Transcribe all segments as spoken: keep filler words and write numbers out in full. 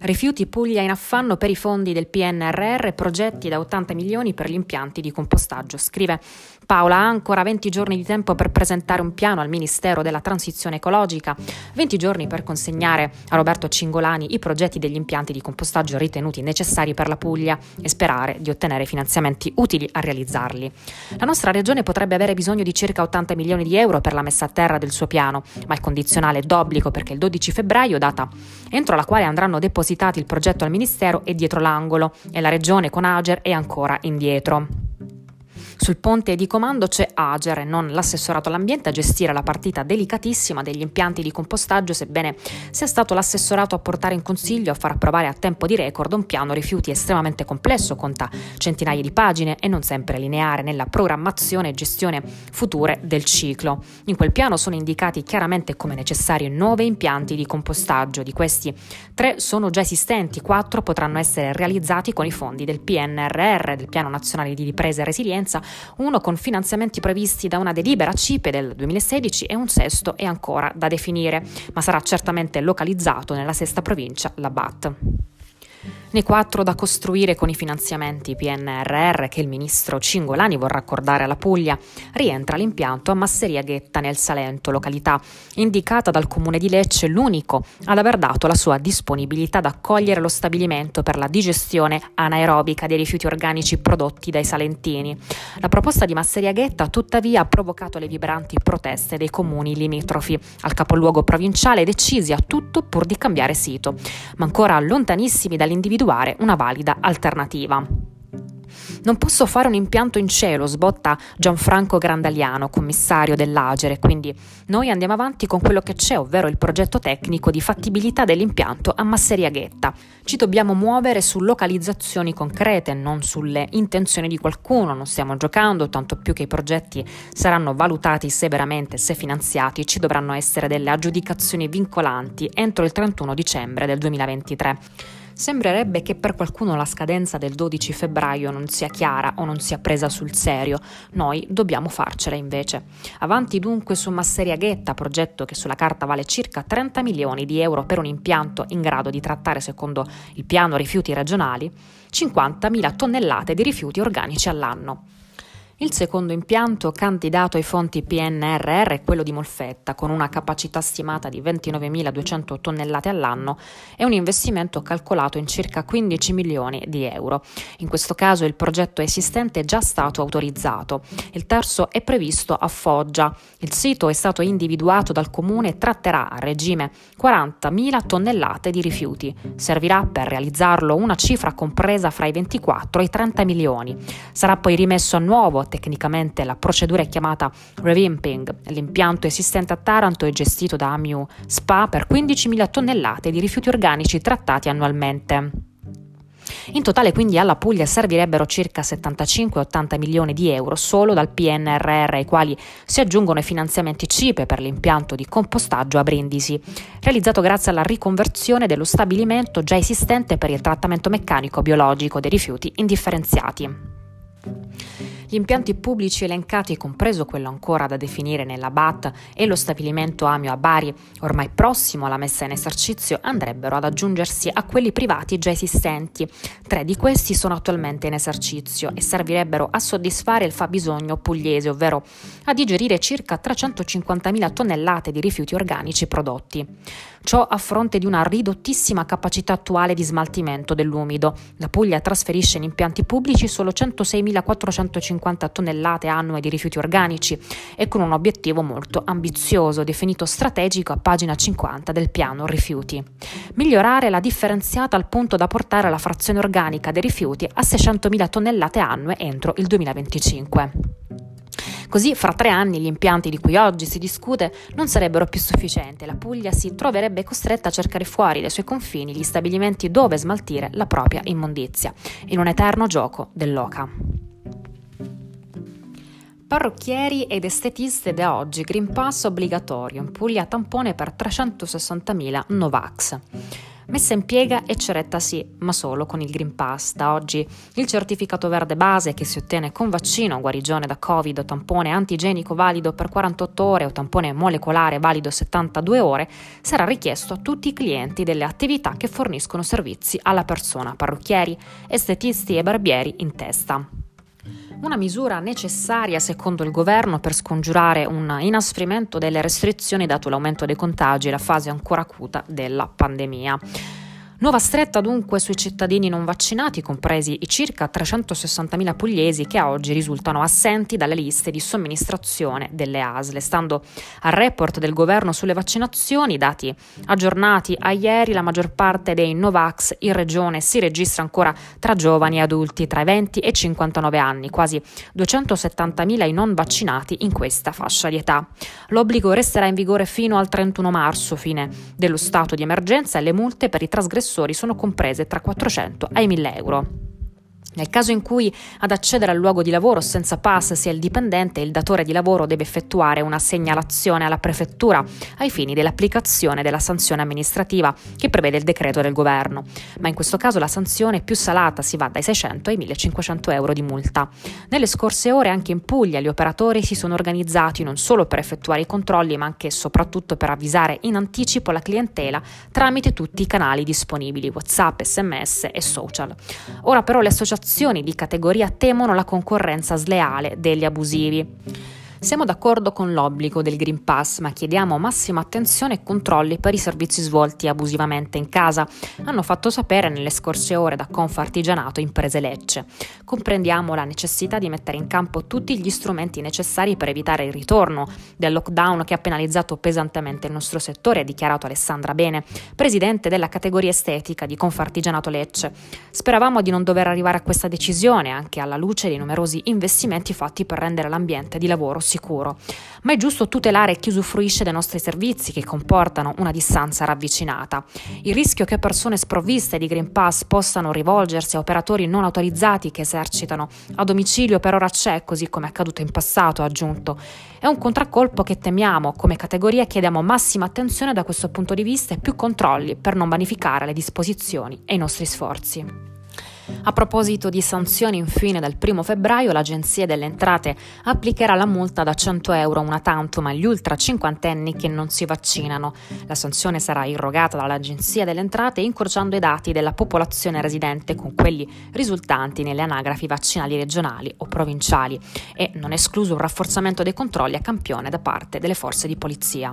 Rifiuti Puglia in affanno per i fondi del P N R R, progetti da ottanta milioni per gli impianti di compostaggio. Scrive Paola, ha ancora venti giorni di tempo per presentare un piano al Ministero della Transizione Ecologica, venti giorni per consegnare a Roberto Cingolani i progetti degli impianti di compostaggio ritenuti necessari per la Puglia e sperare di ottenere finanziamenti utili a realizzarli. La nostra regione potrebbe avere bisogno di circa ottanta milioni di euro per la messa a terra del suo piano, ma il condizionale d'obbligo perché il dodici febbraio, data entro la quale andranno depositati il progetto al Ministero, è dietro l'angolo e la regione con Ager è ancora indietro. Sul ponte di comando c'è Ager e non l'assessorato all'ambiente a gestire la partita delicatissima degli impianti di compostaggio, sebbene sia stato l'assessorato a portare in consiglio a far approvare a tempo di record un piano rifiuti estremamente complesso, conta centinaia di pagine e non sempre lineare nella programmazione e gestione future del ciclo. In quel piano sono indicati chiaramente come necessari nove impianti di compostaggio, di questi tre sono già esistenti, quattro potranno essere realizzati con i fondi del P N R R, del Piano Nazionale di Ripresa e Resilienza, uno con finanziamenti previsti da una delibera C I P E del duemilasedici e un sesto è ancora da definire, ma sarà certamente localizzato nella sesta provincia, la B A T. Nei quattro da costruire con i finanziamenti P N R R che il ministro Cingolani vorrà accordare alla Puglia rientra l'impianto a Masseria Ghetta nel Salento, località indicata dal comune di Lecce, l'unico ad aver dato la sua disponibilità ad accogliere lo stabilimento per la digestione anaerobica dei rifiuti organici prodotti dai salentini. La proposta di Masseria Ghetta tuttavia ha provocato le vibranti proteste dei comuni limitrofi al capoluogo provinciale, decisi a tutto pur di cambiare sito, ma ancora lontanissimi dall'individuare una valida alternativa. Non posso fare un impianto in cielo, sbotta Gianfranco Grandaliano, commissario dell'Ager, quindi noi andiamo avanti con quello che c'è, ovvero il progetto tecnico di fattibilità dell'impianto a Masseria Ghetta. Ci dobbiamo muovere su localizzazioni concrete, non sulle intenzioni di qualcuno, non stiamo giocando, tanto più che i progetti saranno valutati severamente se finanziati, ci dovranno essere delle aggiudicazioni vincolanti entro il trentuno dicembre del duemilaventitré. Sembrerebbe che per qualcuno la scadenza del dodici febbraio non sia chiara o non sia presa sul serio. Noi dobbiamo farcela invece. Avanti dunque su Masseria Ghetta, progetto che sulla carta vale circa trenta milioni di euro per un impianto in grado di trattare, secondo il piano rifiuti regionali, cinquantamila tonnellate di rifiuti organici all'anno. Il secondo impianto candidato ai fondi P N R R è quello di Molfetta, con una capacità stimata di ventinovemiladuecento tonnellate all'anno e un investimento calcolato in circa quindici milioni di euro. In questo caso il progetto esistente è già stato autorizzato. Il terzo è previsto a Foggia. Il sito è stato individuato dal comune e tratterà a regime quarantamila tonnellate di rifiuti. Servirà per realizzarlo una cifra compresa fra i ventiquattro e i trenta milioni. Sarà poi rimesso a nuovo tecnicamente la procedura è chiamata revamping. L'impianto esistente a Taranto è gestito da Amiu S P A per quindicimila tonnellate di rifiuti organici trattati annualmente. In totale quindi alla Puglia servirebbero circa settantacinque ottanta milioni di euro solo dal P N R R, ai quali si aggiungono i finanziamenti C I P E per l'impianto di compostaggio a Brindisi, realizzato grazie alla riconversione dello stabilimento già esistente per il trattamento meccanico biologico dei rifiuti indifferenziati. Gli impianti pubblici elencati, compreso quello ancora da definire nella B A T e lo stabilimento Amio a Bari, ormai prossimo alla messa in esercizio, andrebbero ad aggiungersi a quelli privati già esistenti. Tre di questi sono attualmente in esercizio e servirebbero a soddisfare il fabbisogno pugliese, ovvero a digerire circa trecentocinquantamila tonnellate di rifiuti organici prodotti. Ciò a fronte di una ridottissima capacità attuale di smaltimento dell'umido. La Puglia trasferisce in impianti pubblici solo centoseimilaquattrocentocinquanta tonnellate annue di rifiuti organici e con un obiettivo molto ambizioso, definito strategico a pagina cinquanta del piano rifiuti. Migliorare la differenziata al punto da portare la frazione organica dei rifiuti a seicentomila tonnellate annue entro il duemilaventicinque. Così, fra tre anni, gli impianti di cui oggi si discute non sarebbero più sufficienti e la Puglia si troverebbe costretta a cercare fuori dai suoi confini gli stabilimenti dove smaltire la propria immondizia, in un eterno gioco dell'oca. Parrucchieri ed estetiste da oggi, Green Pass obbligatorio, in Puglia tampone per trecentosessantamila Novax. Messa in piega e ceretta sì, ma solo con il Green Pass. Da oggi il certificato verde base che si ottiene con vaccino, guarigione da Covid o tampone antigenico valido per quarantotto ore o tampone molecolare valido settantadue ore sarà richiesto a tutti i clienti delle attività che forniscono servizi alla persona, parrucchieri, estetisti e barbieri in testa. Una misura necessaria secondo il governo per scongiurare un inasprimento delle restrizioni dato l'aumento dei contagi e la fase ancora acuta della pandemia. Nuova stretta dunque sui cittadini non vaccinati, compresi i circa trecentosessantamila pugliesi che a oggi risultano assenti dalle liste di somministrazione delle A S L. Stando al report del governo sulle vaccinazioni, dati aggiornati a ieri, la maggior parte dei Novax in regione si registra ancora tra giovani e adulti tra i venti e i cinquantanove anni, quasi duecentosettantamila i non vaccinati in questa fascia di età. L'obbligo resterà in vigore fino al trentuno marzo, fine dello stato di emergenza, e le multe per i trasgressori sono comprese tra quattrocento e mille euro. Nel caso in cui ad accedere al luogo di lavoro senza pass sia il dipendente, il datore di lavoro deve effettuare una segnalazione alla prefettura ai fini dell'applicazione della sanzione amministrativa che prevede il decreto del governo. Ma in questo caso la sanzione più salata si va dai seicento ai millecinquecento euro di multa. Nelle scorse ore anche in Puglia gli operatori si sono organizzati non solo per effettuare i controlli, ma anche e soprattutto per avvisare in anticipo la clientela tramite tutti i canali disponibili, WhatsApp, sms e social. Ora però le associazioni di categoria temono la concorrenza sleale degli abusivi. Siamo d'accordo con l'obbligo del Green Pass, ma chiediamo massima attenzione e controlli per i servizi svolti abusivamente in casa, hanno fatto sapere nelle scorse ore da Confartigianato Imprese Lecce. Comprendiamo la necessità di mettere in campo tutti gli strumenti necessari per evitare il ritorno del lockdown che ha penalizzato pesantemente il nostro settore, ha dichiarato Alessandra Bene, presidente della categoria estetica di Confartigianato Lecce. Speravamo di non dover arrivare a questa decisione, anche alla luce dei numerosi investimenti fatti per rendere l'ambiente di lavoro sicuro, ma è giusto tutelare chi usufruisce dei nostri servizi che comportano una distanza ravvicinata. Il rischio che persone sprovviste di Green Pass possano rivolgersi a operatori non autorizzati che esercitano a domicilio per ora c'è, così come è accaduto in passato, ha aggiunto. È un contraccolpo che temiamo, come categoria chiediamo massima attenzione da questo punto di vista e più controlli per non vanificare le disposizioni e i nostri sforzi. A proposito di sanzioni, infine, dal primo febbraio l'Agenzia delle Entrate applicherà la multa da cento euro una tantum agli ultra cinquantenni che non si vaccinano. La sanzione sarà irrogata dall'Agenzia delle Entrate incrociando i dati della popolazione residente con quelli risultanti nelle anagrafi vaccinali regionali o provinciali e non è escluso un rafforzamento dei controlli a campione da parte delle forze di polizia.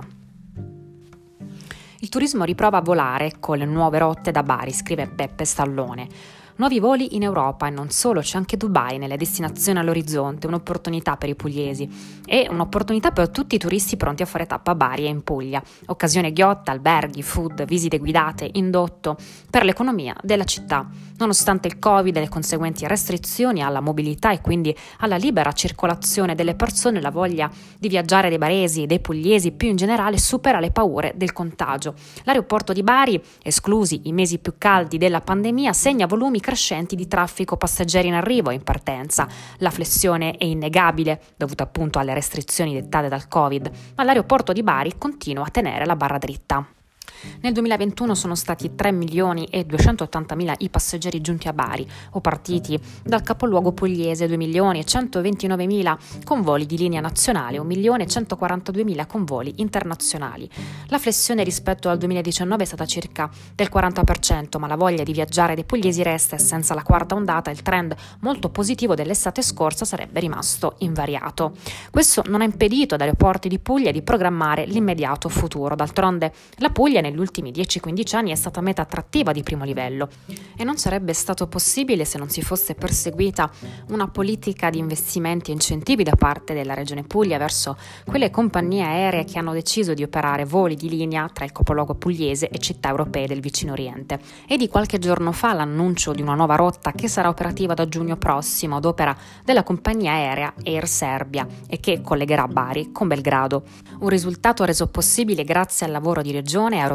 Il turismo riprova a volare con le nuove rotte da Bari, scrive Beppe Stallone. Nuovi voli in Europa e non solo, c'è anche Dubai nelle destinazioni all'orizzonte, un'opportunità per i pugliesi e un'opportunità per tutti i turisti pronti a fare tappa a Bari e in Puglia. Occasione ghiotta, alberghi, food, visite guidate, indotto per l'economia della città. Nonostante il Covid e le conseguenti restrizioni alla mobilità e quindi alla libera circolazione delle persone, la voglia di viaggiare dei baresi e dei pugliesi più in generale supera le paure del contagio. L'aeroporto di Bari, esclusi i mesi più caldi della pandemia, segna volumi crescenti di traffico passeggeri in arrivo e in partenza. La flessione è innegabile, dovuta appunto alle restrizioni dettate dal Covid, ma l'aeroporto di Bari continua a tenere la barra dritta. Nel duemilaventuno sono stati tre milioni e duecentottantamila i passeggeri giunti a Bari o partiti dal capoluogo pugliese, due milioni e centoventinovemila con voli di linea nazionale, un milione e centoquarantaduemila con voli internazionali. La flessione rispetto al duemiladiciannove è stata circa del quaranta per cento, ma la voglia di viaggiare dei pugliesi resta e senza la quarta ondata il trend molto positivo dell'estate scorsa sarebbe rimasto invariato. Questo non ha impedito ad aeroporti di Puglia di programmare l'immediato futuro. D'altronde la Puglia negli ultimi dieci quindici anni è stata meta attrattiva di primo livello e non sarebbe stato possibile se non si fosse perseguita una politica di investimenti e incentivi da parte della Regione Puglia verso quelle compagnie aeree che hanno deciso di operare voli di linea tra il capoluogo pugliese e città europee del vicino Oriente. E di qualche giorno fa l'annuncio di una nuova rotta che sarà operativa da giugno prossimo ad opera della compagnia aerea Air Serbia e che collegherà Bari con Belgrado. Un risultato reso possibile grazie al lavoro di Regione, Aeroporti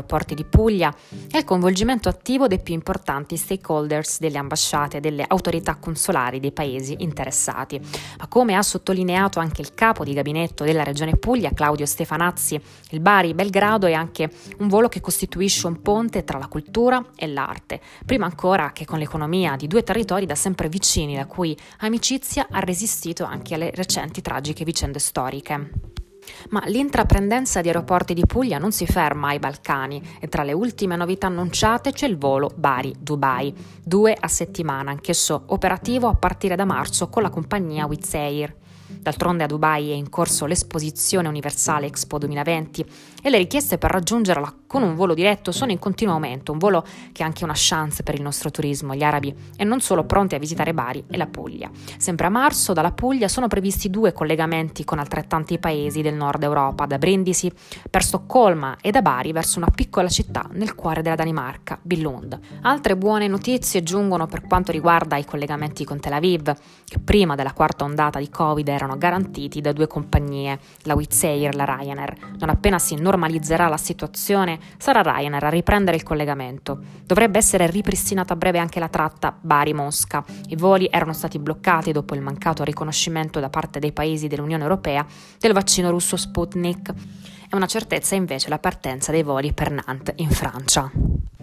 aeroporti di Puglia è il coinvolgimento attivo dei più importanti stakeholders delle ambasciate e delle autorità consolari dei paesi interessati. Ma come ha sottolineato anche il capo di gabinetto della Regione Puglia, Claudio Stefanazzi, il Bari-Belgrado è anche un volo che costituisce un ponte tra la cultura e l'arte, prima ancora che con l'economia di due territori da sempre vicini, la cui amicizia ha resistito anche alle recenti tragiche vicende storiche. Ma l'intraprendenza di Aeroporti di Puglia non si ferma ai Balcani e tra le ultime novità annunciate c'è il volo Bari-Dubai, due a settimana, anch'esso operativo a partire da marzo con la compagnia Wizz Air. D'altronde a Dubai è in corso l'esposizione universale Expo duemilaventi e le richieste per raggiungerla con un volo diretto sono in continuo aumento, un volo che è anche una chance per il nostro turismo. Gli arabi e non solo pronti a visitare Bari e la Puglia. Sempre a marzo dalla Puglia sono previsti due collegamenti con altrettanti paesi del nord Europa, da Brindisi per Stoccolma e da Bari verso una piccola città nel cuore della Danimarca, Billund. Altre buone notizie giungono per quanto riguarda i collegamenti con Tel Aviv, che prima della quarta ondata di Covid erano garantiti da due compagnie, la Wizz Air e la Ryanair. Non appena si normalizzerà la situazione, sarà Ryanair a riprendere il collegamento. Dovrebbe essere ripristinata a breve anche la tratta Bari-Mosca. I voli erano stati bloccati dopo il mancato riconoscimento da parte dei paesi dell'Unione Europea del vaccino russo Sputnik. È una certezza invece la partenza dei voli per Nantes in Francia.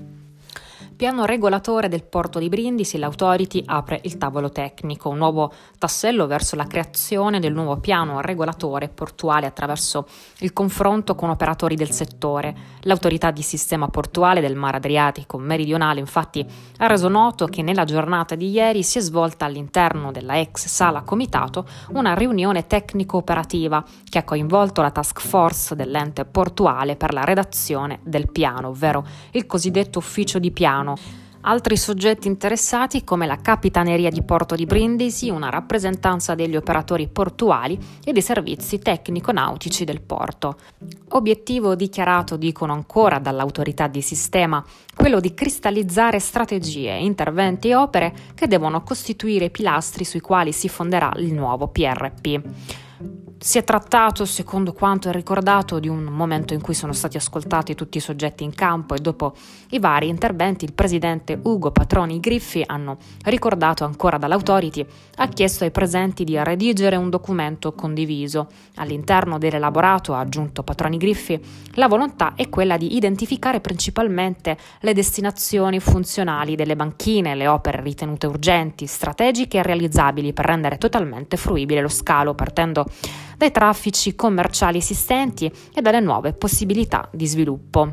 Piano regolatore del porto di Brindisi, l'Authority apre il tavolo tecnico, un nuovo tassello verso la creazione del nuovo piano regolatore portuale attraverso il confronto con operatori del settore. L'autorità di sistema portuale del Mar Adriatico meridionale infatti ha reso noto che nella giornata di ieri si è svolta all'interno della ex sala comitato una riunione tecnico-operativa che ha coinvolto la task force dell'ente portuale per la redazione del piano, ovvero il cosiddetto ufficio di piano. Altri soggetti interessati come la Capitaneria di Porto di Brindisi, una rappresentanza degli operatori portuali e dei servizi tecnico-nautici del porto. Obiettivo dichiarato, dicono ancora dall'autorità di sistema, quello di cristallizzare strategie, interventi e opere che devono costituire i pilastri sui quali si fonderà il nuovo P R P. Si è trattato, secondo quanto è ricordato, di un momento in cui sono stati ascoltati tutti i soggetti in campo e dopo i vari interventi il presidente Ugo Patroni Griffi, hanno ricordato ancora dall'Authority, ha chiesto ai presenti di redigere un documento condiviso. All'interno dell'elaborato, ha aggiunto Patroni Griffi, la volontà è quella di identificare principalmente le destinazioni funzionali delle banchine, le opere ritenute urgenti, strategiche e realizzabili per rendere totalmente fruibile lo scalo, partendo dai traffici commerciali esistenti e dalle nuove possibilità di sviluppo.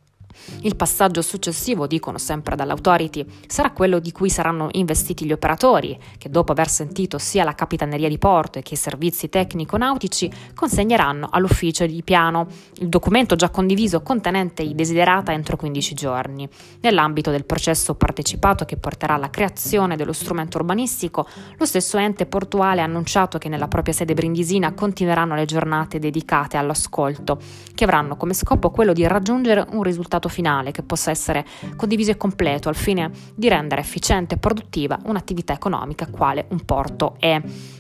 Il passaggio successivo, dicono sempre dall'Authority, sarà quello di cui saranno investiti gli operatori, che dopo aver sentito sia la Capitaneria di Porto che i servizi tecnico-nautici consegneranno all'ufficio di piano il documento già condiviso contenente i desiderata entro quindici giorni. Nell'ambito del processo partecipato che porterà alla creazione dello strumento urbanistico, lo stesso ente portuale ha annunciato che nella propria sede brindisina continueranno le giornate dedicate all'ascolto, che avranno come scopo quello di raggiungere un risultato finale che possa essere condiviso e completo al fine di rendere efficiente e produttiva un'attività economica quale un porto è.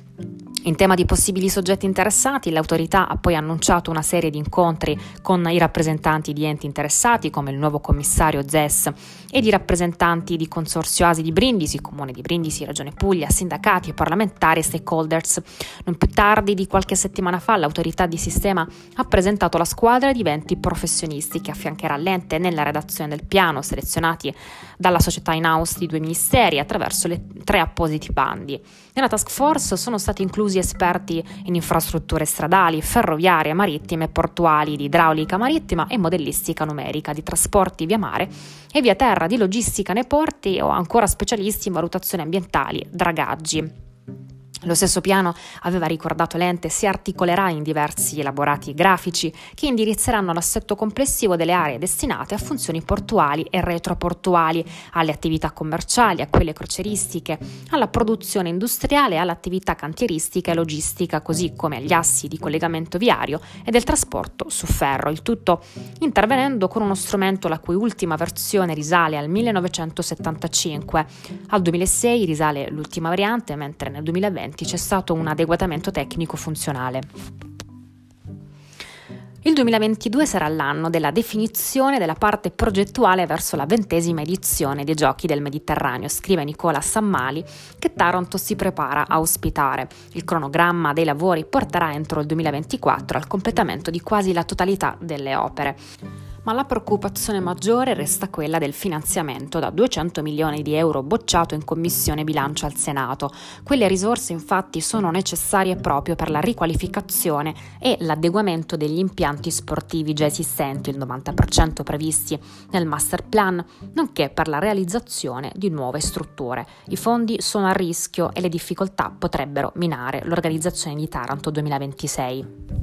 In tema di possibili soggetti interessati, l'autorità ha poi annunciato una serie di incontri con i rappresentanti di enti interessati come il nuovo commissario Z E S ed i rappresentanti di Consorzio Asi di Brindisi, Comune di Brindisi, Regione Puglia, sindacati e parlamentari e stakeholders. Non più tardi di qualche settimana fa l'autorità di sistema ha presentato la squadra di venti professionisti che affiancherà l'ente nella redazione del piano, selezionati dalla società in-house di due ministeri attraverso le tre appositi bandi. Nella task force sono stati inclusi esperti in infrastrutture stradali, ferroviarie, marittime, portuali, di idraulica marittima e modellistica numerica, di trasporti via mare e via terra, di logistica nei porti o ancora specialisti in valutazioni ambientali, dragaggi. Lo stesso piano, aveva ricordato l'ente, si articolerà in diversi elaborati grafici che indirizzeranno l'assetto complessivo delle aree destinate a funzioni portuali e retroportuali, alle attività commerciali, a quelle croceristiche, alla produzione industriale e all'attività cantieristica e logistica, così come agli assi di collegamento viario e del trasporto su ferro, il tutto intervenendo con uno strumento la cui ultima versione risale al millenovecentosettantacinque. Al duemilasei risale l'ultima variante, mentre nel duemilaventi c'è stato un adeguamento tecnico funzionale. Il Il duemilaventidue sarà l'anno della definizione della parte progettuale verso la ventesima edizione dei Giochi del Mediterraneo, scrive Nicola Sammali, che Taranto si prepara a ospitare. Il cronogramma dei lavori porterà entro il duemilaventiquattro al completamento di quasi la totalità delle opere. Ma la preoccupazione maggiore resta quella del finanziamento da duecento milioni di euro bocciato in Commissione Bilancio al Senato. Quelle risorse infatti sono necessarie proprio per la riqualificazione e l'adeguamento degli impianti sportivi già esistenti, il novanta per cento previsti nel master plan, nonché per la realizzazione di nuove strutture. I fondi sono a rischio e le difficoltà potrebbero minare l'organizzazione di Taranto duemilaventisei.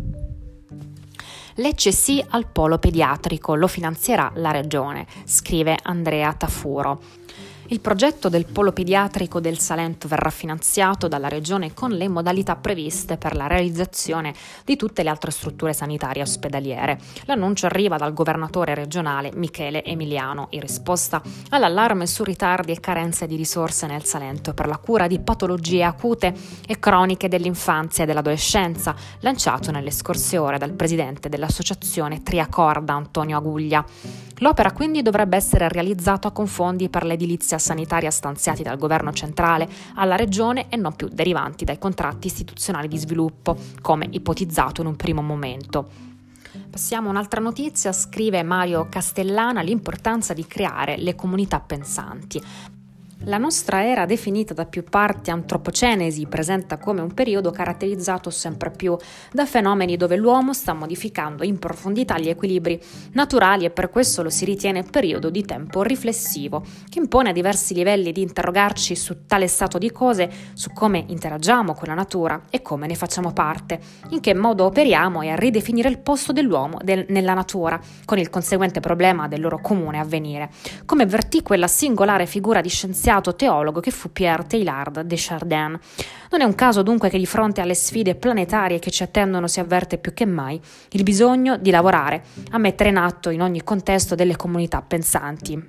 Lecce sì al polo pediatrico, lo finanzierà la Regione, scrive Andrea Tafuro. Il progetto del polo pediatrico del Salento verrà finanziato dalla Regione con le modalità previste per la realizzazione di tutte le altre strutture sanitarie ospedaliere. L'annuncio arriva dal governatore regionale Michele Emiliano in risposta all'allarme su ritardi e carenze di risorse nel Salento per la cura di patologie acute e croniche dell'infanzia e dell'adolescenza, lanciato nelle scorse ore dal presidente dell'associazione Triacorda Antonio Aguglia. L'opera quindi dovrebbe essere realizzata con fondi per l'edilizia sanitaria stanziati dal governo centrale alla regione e non più derivanti dai contratti istituzionali di sviluppo, come ipotizzato in un primo momento. Passiamo a un'altra notizia, scrive Mario Castellana, l'importanza di creare le comunità pensanti. La nostra era, definita da più parti antropocenesi, presenta come un periodo caratterizzato sempre più da fenomeni dove l'uomo sta modificando in profondità gli equilibri naturali e per questo lo si ritiene periodo di tempo riflessivo, che impone a diversi livelli di interrogarci su tale stato di cose, su come interagiamo con la natura e come ne facciamo parte, in che modo operiamo e a ridefinire il posto dell'uomo del, nella natura, con il conseguente problema del loro comune avvenire. Come avvertì quella singolare figura di scienziato teologo che fu Pierre Teilhard de Chardin. Non è un caso dunque che di fronte alle sfide planetarie che ci attendono si avverte più che mai il bisogno di lavorare a mettere in atto in ogni contesto delle comunità pensanti.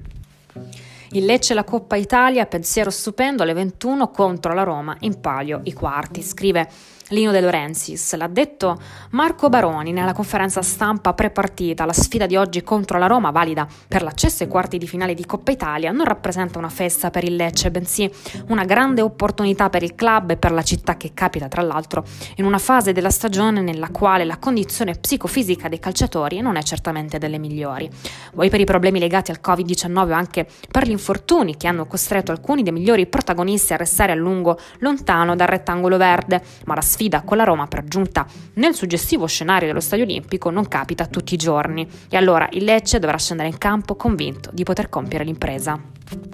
Il Lecce la Coppa Italia, pensiero stupendo alle ventuno contro la Roma, in palio i quarti, scrive Lino De Laurentiis. L'ha detto Marco Baroni nella conferenza stampa pre-partita. La sfida di oggi contro la Roma, valida per l'accesso ai quarti di finale di Coppa Italia, non rappresenta una festa per il Lecce, bensì una grande opportunità per il club e per la città, che capita tra l'altro in una fase della stagione nella quale la condizione psicofisica dei calciatori non è certamente delle migliori. Vuoi per i problemi legati al covid diciannove o anche per gli infortuni che hanno costretto alcuni dei migliori protagonisti a restare a lungo lontano dal rettangolo verde, ma la sfida con la Roma, per giunta nel suggestivo scenario dello Stadio Olimpico, non capita tutti i giorni e allora il Lecce dovrà scendere in campo convinto di poter compiere l'impresa.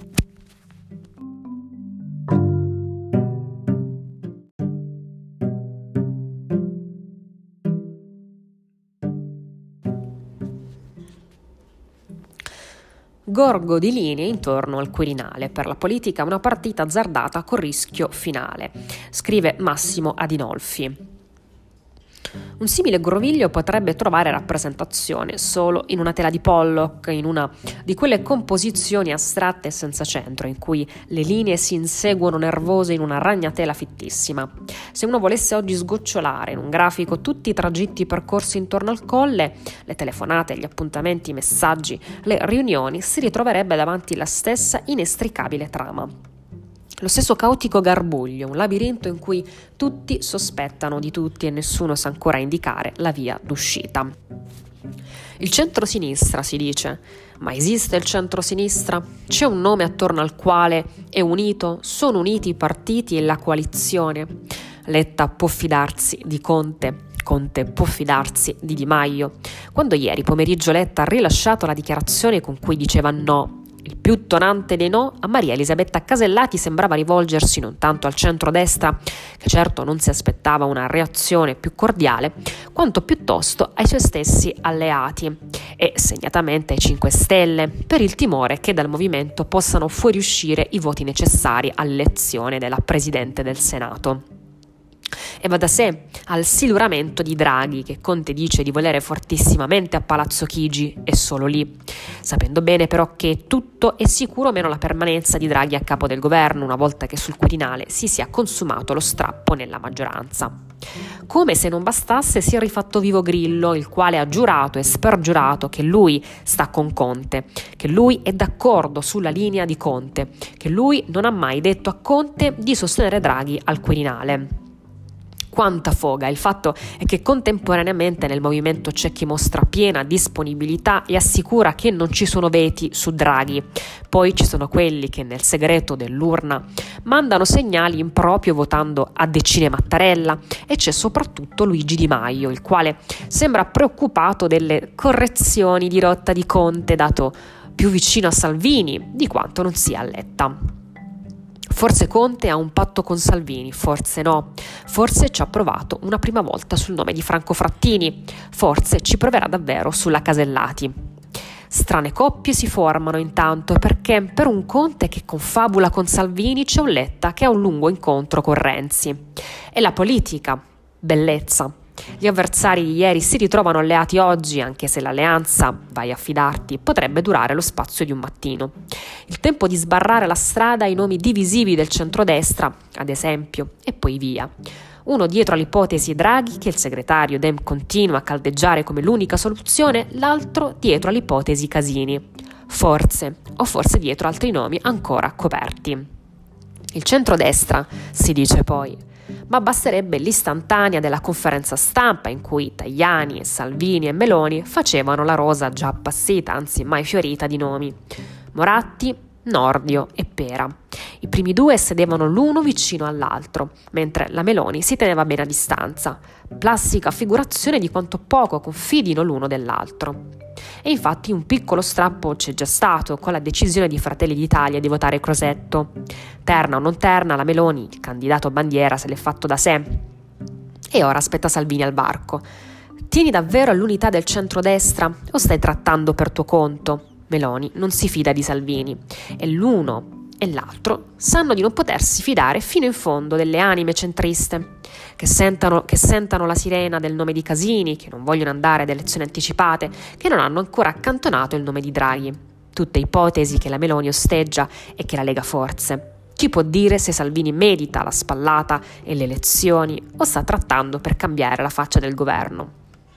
Gorgo di linee intorno al Quirinale. Per la politica una partita azzardata con rischio finale, scrive Massimo Adinolfi. Un simile groviglio potrebbe trovare rappresentazione solo in una tela di Pollock, in una di quelle composizioni astratte e senza centro, in cui le linee si inseguono nervose in una ragnatela fittissima. Se uno volesse oggi sgocciolare in un grafico tutti i tragitti percorsi intorno al colle, le telefonate, gli appuntamenti, i messaggi, le riunioni, si ritroverebbe davanti la stessa inestricabile trama. Lo stesso caotico garbuglio, un labirinto in cui tutti sospettano di tutti e nessuno sa ancora indicare la via d'uscita. Il centro-sinistra, si dice. Ma esiste il centro-sinistra? C'è un nome attorno al quale è unito, sono uniti i partiti e la coalizione? Letta può fidarsi di Conte. Conte può fidarsi di Di Maio. Quando ieri pomeriggio Letta ha rilasciato la dichiarazione con cui diceva no, il più tonante dei no, a Maria Elisabetta Casellati sembrava rivolgersi non tanto al centrodestra, che certo non si aspettava una reazione più cordiale, quanto piuttosto ai suoi stessi alleati e segnatamente ai cinque Stelle, per il timore che dal movimento possano fuoriuscire i voti necessari all'elezione della Presidente del Senato. E va da sé al siluramento di Draghi, che Conte dice di volere fortissimamente a Palazzo Chigi e solo lì, sapendo bene però che tutto è sicuro meno la permanenza di Draghi a capo del governo una volta che sul Quirinale si sia consumato lo strappo nella maggioranza. Come se non bastasse, si è rifatto vivo Grillo, il quale ha giurato e spergiurato che lui sta con Conte, che lui è d'accordo sulla linea di Conte, che lui non ha mai detto a Conte di sostenere Draghi al Quirinale. Quanta foga! Il fatto è che contemporaneamente nel movimento c'è chi mostra piena disponibilità e assicura che non ci sono veti su Draghi. Poi ci sono quelli che nel segreto dell'urna mandano segnali improprio votando a decine Mattarella, e c'è soprattutto Luigi Di Maio, il quale sembra preoccupato delle correzioni di rotta di Conte, dato più vicino a Salvini di quanto non sia a Letta. Forse Conte ha un patto con Salvini, forse no, forse ci ha provato una prima volta sul nome di Franco Frattini, forse ci proverà davvero sulla Casellati. Strane coppie si formano intanto, perché per un Conte che confabula con Salvini c'è un Letta che ha un lungo incontro con Renzi. E la politica, bellezza. Gli avversari di ieri si ritrovano alleati oggi, anche se l'alleanza, vai a fidarti, potrebbe durare lo spazio di un mattino. Il tempo di sbarrare la strada ai nomi divisivi del centrodestra, ad esempio, e poi via. Uno dietro all'ipotesi Draghi, che il segretario Dem continua a caldeggiare come l'unica soluzione, l'altro dietro all'ipotesi Casini. Forse, o forse dietro altri nomi ancora coperti. Il centrodestra, si dice poi, ma basterebbe l'istantanea della conferenza stampa in cui Tajani, Salvini e Meloni facevano la rosa già appassita, anzi mai fiorita di nomi. Moratti, Nordio e Pera. I primi due sedevano l'uno vicino all'altro, mentre la Meloni si teneva bene a distanza, classica figurazione di quanto poco confidino l'uno dell'altro. E infatti un piccolo strappo c'è già stato con la decisione di Fratelli d'Italia di votare Crosetto. Terna o non terna, la Meloni, il candidato bandiera, se l'è fatto da sé. E ora aspetta Salvini al varco. Tieni davvero all'unità del centrodestra o stai trattando per tuo conto? Meloni non si fida di Salvini e l'uno e l'altro sanno di non potersi fidare fino in fondo delle anime centriste, che sentano, che sentano la sirena del nome di Casini, che non vogliono andare ad elezioni anticipate, che non hanno ancora accantonato il nome di Draghi. Tutte ipotesi che la Meloni osteggia e che la Lega forse. Chi può dire se Salvini medita la spallata e le elezioni o sta trattando per cambiare la faccia del governo?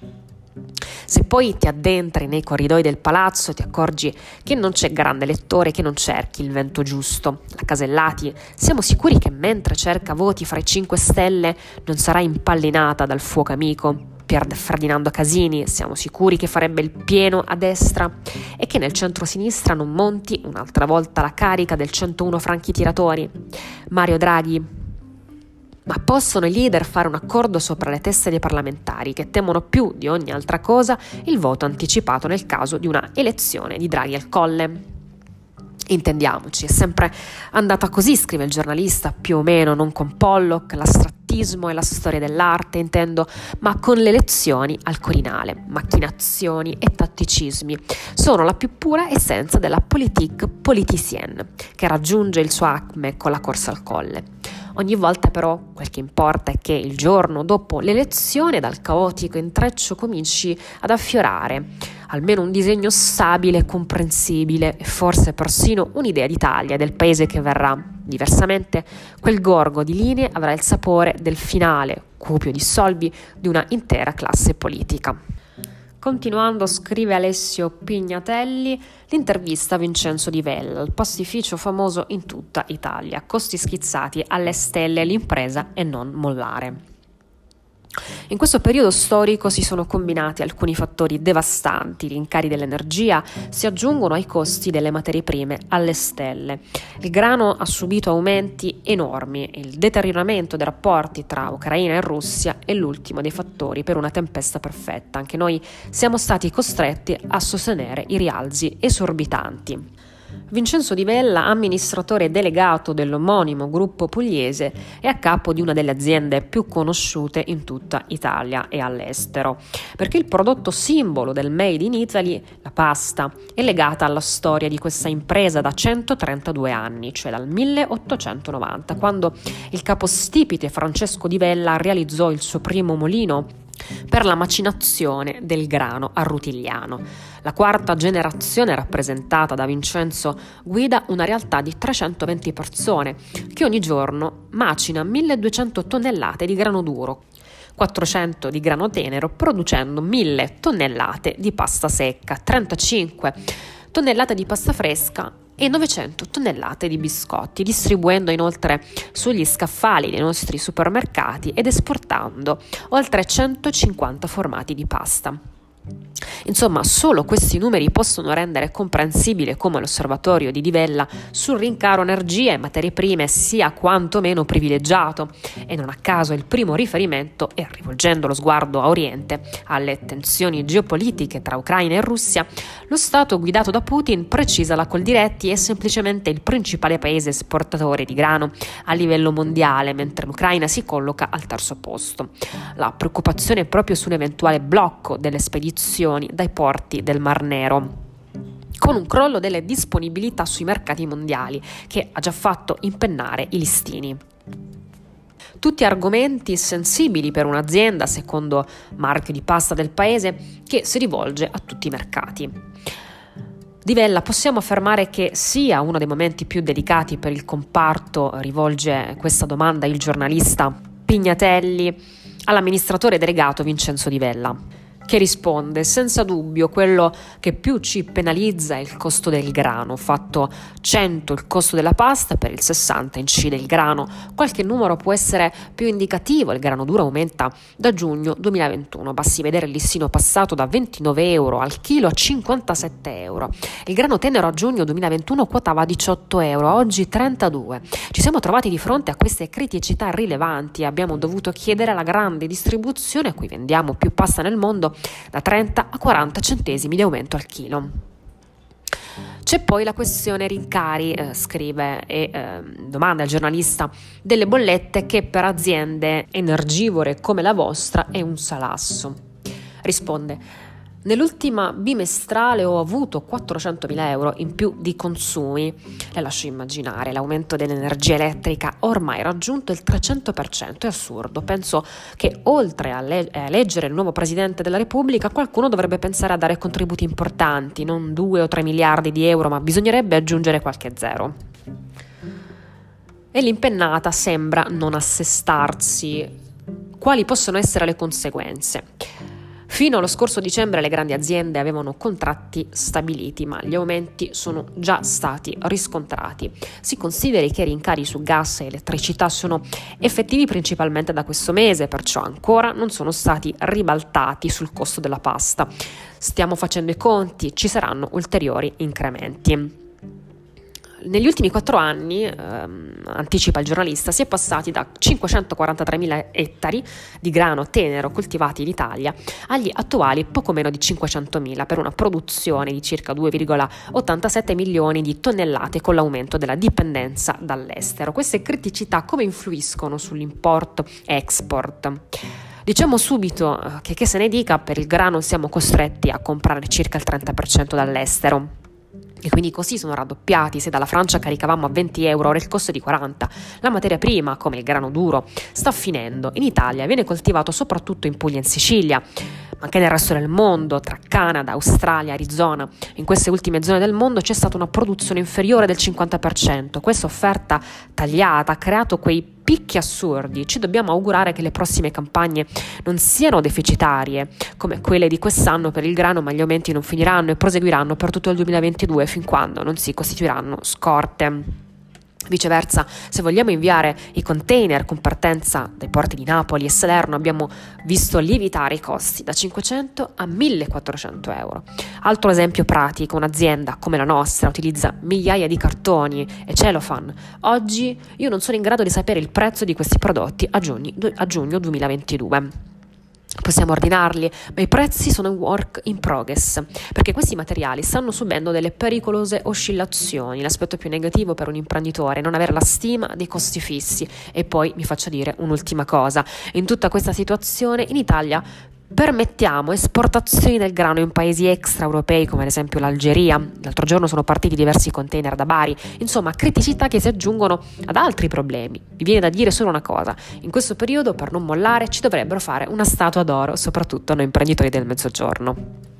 Se poi ti addentri nei corridoi del palazzo ti accorgi che non c'è grande lettore che non cerchi il vento giusto. La Casellati, siamo sicuri che mentre cerca voti fra i cinque Stelle non sarà impallinata dal fuoco amico? Pier Ferdinando Casini, siamo sicuri che farebbe il pieno a destra e che nel centro-sinistra non monti un'altra volta la carica del centouno franchi tiratori? Mario Draghi. Ma possono i leader fare un accordo sopra le teste dei parlamentari che temono più di ogni altra cosa il voto anticipato nel caso di una elezione di Draghi al Colle? Intendiamoci, è sempre andata così, scrive il giornalista, più o meno, non con Pollock, l'astrattismo e la storia dell'arte, intendo, ma con le elezioni al Quirinale. Macchinazioni e tatticismi sono la più pura essenza della politique politicienne, che raggiunge il suo acme con la corsa al Colle. Ogni volta però quel che importa è che il giorno dopo l'elezione dal caotico intreccio cominci ad affiorare almeno un disegno stabile e comprensibile e forse persino un'idea d'Italia, del paese che verrà. Diversamente quel gorgo di linee avrà il sapore del finale, cupio di soldi, di una intera classe politica. Continuando, scrive Alessio Pignatelli, l'intervista a Vincenzo Di Vella, il pastificio famoso in tutta Italia, costi schizzati alle stelle, l'impresa e non mollare. In questo periodo storico si sono combinati alcuni fattori devastanti, i rincari dell'energia si aggiungono ai costi delle materie prime alle stelle. Il grano ha subito aumenti enormi e il deterioramento dei rapporti tra Ucraina e Russia è l'ultimo dei fattori per una tempesta perfetta. Anche noi siamo stati costretti a sostenere i rialzi esorbitanti. Vincenzo Di Vella, amministratore delegato dell'omonimo gruppo pugliese, è a capo di una delle aziende più conosciute in tutta Italia e all'estero, perché il prodotto simbolo del Made in Italy, la pasta, è legata alla storia di questa impresa da centotrentadue anni, cioè dal milleottocentonovanta, quando il capostipite Francesco Di Vella realizzò il suo primo mulino per la macinazione del grano a Rutigliano. La quarta generazione, rappresentata da Vincenzo, guida una realtà di trecentoventi persone che ogni giorno macina milleduecento tonnellate di grano duro, quattrocento di grano tenero, producendo mille tonnellate di pasta secca, trentacinque tonnellate di pasta fresca e novecento tonnellate di biscotti, distribuendo inoltre sugli scaffali dei nostri supermercati ed esportando oltre centocinquanta formati di pasta. Insomma, solo questi numeri possono rendere comprensibile come l'osservatorio di Di Vella sul rincaro energia e materie prime sia quantomeno privilegiato, e non a caso il primo riferimento è, rivolgendo lo sguardo a Oriente, alle tensioni geopolitiche tra Ucraina e Russia. Lo Stato guidato da Putin, precisa la Coldiretti, è semplicemente il principale paese esportatore di grano a livello mondiale, mentre l'Ucraina si colloca al terzo posto. La preoccupazione è proprio su un eventuale blocco delle spedizioni dai porti del Mar Nero, con un crollo delle disponibilità sui mercati mondiali che ha già fatto impennare i listini. Tutti argomenti sensibili per un'azienda, secondo marchio di pasta del paese, che si rivolge a tutti i mercati. Di Vella possiamo affermare che sia uno dei momenti più delicati per il comparto, rivolge questa domanda il giornalista Pignatelli all'amministratore delegato Vincenzo Di Vella, che risponde: senza dubbio quello che più ci penalizza è il costo del grano, fatto cento il costo della pasta, per il sessanta incide il grano. Qualche numero può essere più indicativo: il grano duro aumenta da giugno duemilaventuno, basti vedere il listino passato da ventinove euro al chilo a cinquantasette euro. Il grano tenero a giugno duemilaventuno quotava diciotto euro, oggi trentadue. Ci siamo trovati di fronte a queste criticità rilevanti e abbiamo dovuto chiedere alla grande distribuzione, a cui vendiamo più pasta nel mondo, da trenta a quaranta centesimi di aumento al chilo. C'è poi la questione rincari, eh, scrive e eh, domanda il giornalista, delle bollette, che per aziende energivore come la vostra è un salasso. Risponde: nell'ultima bimestrale ho avuto quattrocentomila euro in più di consumi. Le lascio immaginare, l'aumento dell'energia elettrica ha ormai raggiunto il trecento per cento, è assurdo. Penso che oltre a, le- a eleggere il nuovo Presidente della Repubblica, qualcuno dovrebbe pensare a dare contributi importanti, non due o tre miliardi di euro, ma bisognerebbe aggiungere qualche zero. E l'impennata sembra non assestarsi. Quali possono essere le conseguenze? Fino allo scorso dicembre le grandi aziende avevano contratti stabiliti, ma gli aumenti sono già stati riscontrati. Si consideri che i rincari su gas e elettricità sono effettivi principalmente da questo mese, perciò ancora non sono stati ribaltati sul costo della pasta. Stiamo facendo i conti, ci saranno ulteriori incrementi. Negli ultimi quattro anni, ehm, anticipa il giornalista, si è passati da cinquecentoquarantatremila ettari di grano tenero coltivati in Italia agli attuali poco meno di cinquecentomila, per una produzione di circa due virgola ottantasette milioni di tonnellate, con l'aumento della dipendenza dall'estero. Queste criticità come influiscono sull'import-export? Diciamo subito che, che se ne dica, per il grano siamo costretti a comprare circa il trenta per cento dall'estero. E quindi così sono raddoppiati. Se dalla Francia caricavamo a venti euro, ora il costo è di quaranta. La materia prima, come il grano duro, sta finendo. In Italia viene coltivato soprattutto in Puglia e in Sicilia, ma anche nel resto del mondo, tra Canada, Australia, Arizona. In queste ultime zone del mondo c'è stata una produzione inferiore del cinquanta per cento. Questa offerta tagliata ha creato quei picchi assurdi. Ci dobbiamo augurare che le prossime campagne non siano deficitarie come quelle di quest'anno per il grano, ma gli aumenti non finiranno e proseguiranno per tutto il duemilaventidue, fin quando non si costituiranno scorte. Viceversa, se vogliamo inviare i container con partenza dai porti di Napoli e Salerno, abbiamo visto lievitare i costi da cinquecento a millequattrocento euro. Altro esempio pratico: un'azienda come la nostra utilizza migliaia di cartoni e cellophane. Oggi io non sono in grado di sapere il prezzo di questi prodotti a giugno, a giugno duemilaventidue. possiamo ordinarli, ma i prezzi sono un work in progress, perché questi materiali stanno subendo delle pericolose oscillazioni. L'aspetto più negativo per un imprenditore è non avere la stima dei costi fissi. E poi mi faccia dire un'ultima cosa: in tutta questa situazione in Italia permettiamo esportazioni del grano in paesi extraeuropei come ad esempio l'Algeria. L'altro giorno sono partiti diversi container da Bari. Insomma, criticità che si aggiungono ad altri problemi. Mi viene da dire solo una cosa: in questo periodo, per non mollare, ci dovrebbero fare una statua d'oro, soprattutto noi imprenditori del Mezzogiorno.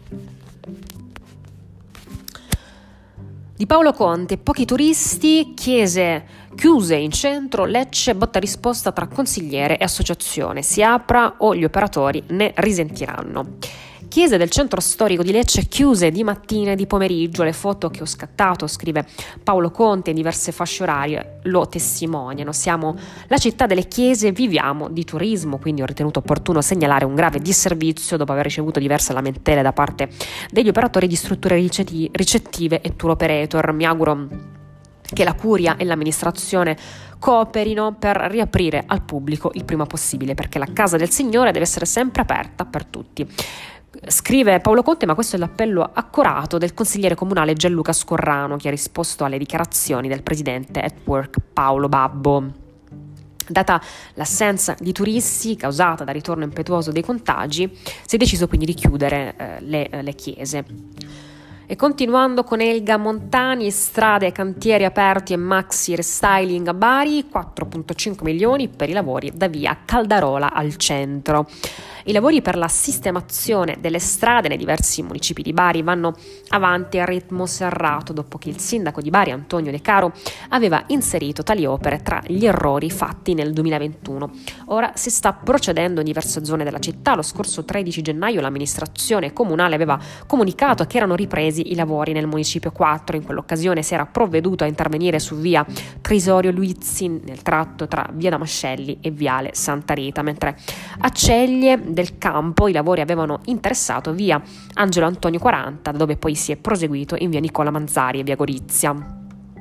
Di Paolo Conte, pochi turisti, chiese chiuse in centro, Lecce, botta risposta tra consigliere e associazione, si apra o gli operatori ne risentiranno. Chiese del centro storico di Lecce chiuse di mattina e di pomeriggio, le foto che ho scattato, scrive Paolo Conte, in diverse fasce orarie lo testimoniano. Siamo la città delle chiese, viviamo di turismo, quindi ho ritenuto opportuno segnalare un grave disservizio dopo aver ricevuto diverse lamentele da parte degli operatori di strutture ricetti- ricettive e tour operator. Mi auguro che la curia e l'amministrazione cooperino per riaprire al pubblico il prima possibile, perché la casa del Signore deve essere sempre aperta per tutti. Scrive Paolo Conte, ma questo è l'appello accorato del consigliere comunale Gianluca Scorrano, che ha risposto alle dichiarazioni del presidente at Work Paolo Babbo. Data l'assenza di turisti causata dal ritorno impetuoso dei contagi, si è deciso quindi di chiudere eh, le, le chiese. E continuando con Elga Montani, strade, cantieri aperti e maxi restyling a Bari, quattro virgola cinque milioni per i lavori da via Caldarola al centro. I lavori per la sistemazione delle strade nei diversi municipi di Bari vanno avanti a ritmo serrato dopo che il sindaco di Bari, Antonio De Caro, aveva inserito tali opere tra gli errori fatti nel duemilaventuno. Ora si sta procedendo in diverse zone della città. Lo scorso tredici gennaio l'amministrazione comunale aveva comunicato che erano ripresi i lavori nel municipio quattro. In quell'occasione si era provveduto a intervenire su via Trisorio Luizzi nel tratto tra via Damascelli e viale Santa Rita, mentre a Ceglie del Campo i lavori avevano interessato via Angelo Antonio quaranta, dove poi si è proseguito in via Nicola Manzari e via Gorizia.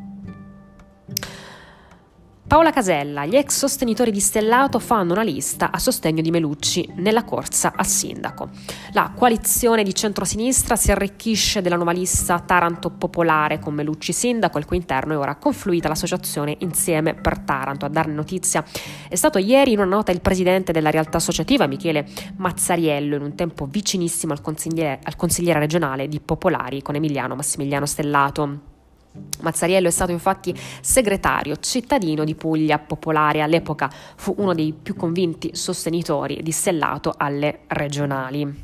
Paola Casella, gli ex sostenitori di Stellato fanno una lista a sostegno di Melucci nella corsa al sindaco. La coalizione di centrosinistra si arricchisce della nuova lista Taranto Popolare con Melucci sindaco, al cui interno è ora confluita l'associazione Insieme per Taranto. A darne notizia è stato ieri in una nota il presidente della realtà associativa Michele Mazzariello, in un tempo vicinissimo al consigliere, al consigliere regionale di Popolari con Emiliano Massimiliano Stellato. Mazzariello è stato infatti segretario cittadino di Puglia Popolare, all'epoca fu uno dei più convinti sostenitori di Stellato alle regionali.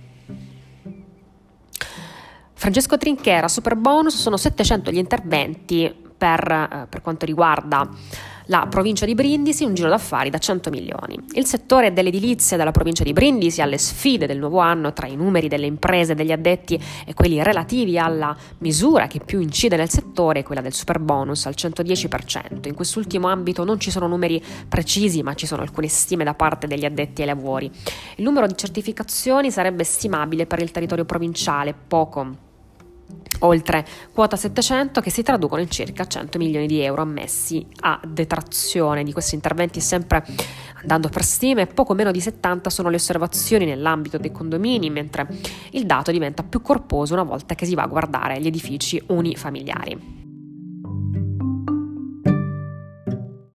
Francesco Trinchera, super bonus, sono settecento gli interventi per, eh, per quanto riguarda la provincia di Brindisi, un giro d'affari da cento milioni. Il settore dell'edilizia della provincia di Brindisi alle sfide del nuovo anno, tra i numeri delle imprese, degli addetti e quelli relativi alla misura che più incide nel settore, quella del super bonus al centodieci per cento. In quest'ultimo ambito non ci sono numeri precisi, ma ci sono alcune stime da parte degli addetti ai lavori. Il numero di certificazioni sarebbe stimabile per il territorio provinciale, poco oltre quota settecento, che si traducono in circa cento milioni di euro ammessi a detrazione. Di questi interventi, sempre andando per stime, poco meno di settanta sono le osservazioni nell'ambito dei condomini, mentre il dato diventa più corposo una volta che si va a guardare gli edifici unifamiliari.